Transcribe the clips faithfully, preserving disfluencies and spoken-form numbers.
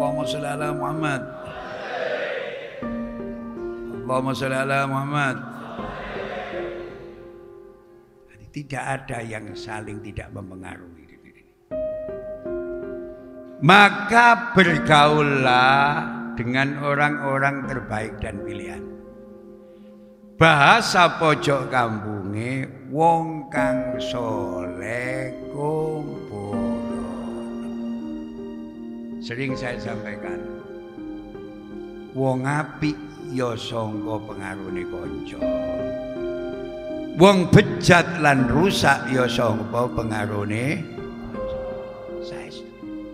Allahumma sholli ala Muhammad. Allahumma sholli ala Muhammad. Jadi tidak ada yang saling tidak mempengaruhi. Maka bergaullah dengan orang-orang terbaik dan pilihan. Bahasa pojok kampunge wong kang soleh kumpul. Sering saya sampaikan, wong apik ya sangka pengaruhne kanca. Wong bejat lan rusak ya sangka pengaruhne saestu.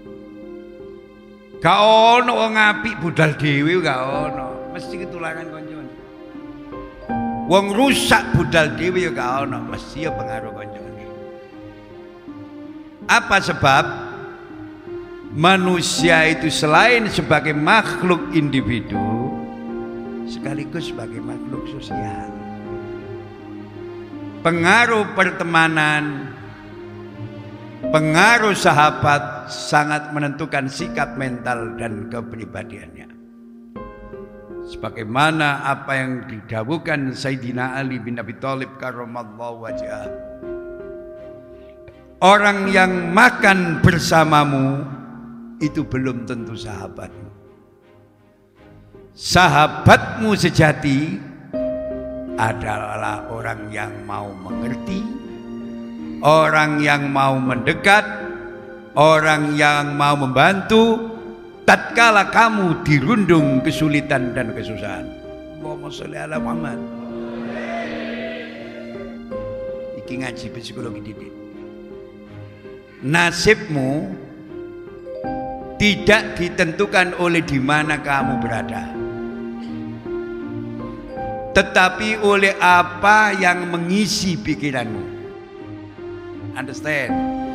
Gak ono wong apik budal dhewe, gak ono, mesti ketularan kancane. Wong rusak budal dhewe ya gak ono, mesti ya pengaruh kancane. Apa sebab? Manusia itu selain sebagai makhluk individu, sekaligus sebagai makhluk sosial. Pengaruh pertemanan, pengaruh sahabat sangat menentukan sikap mental dan kepribadiannya. Sebagaimana apa yang didhawuhkan Sayyidina Ali bin Abi Thalib karramallahu wajhah. Orang yang makan bersamamu itu belum tentu sahabatmu. Sahabatmu sejati adalah orang yang mau mengerti, orang yang mau mendekat, orang yang mau membantu tatkala kamu dirundung kesulitan dan kesusahan. Allahumma sholli ala Muhammad. Iki ngaji psikologi didik. Nasibmu tidak ditentukan oleh di mana kamu berada, tetapi oleh apa yang mengisi pikiranmu. Understand?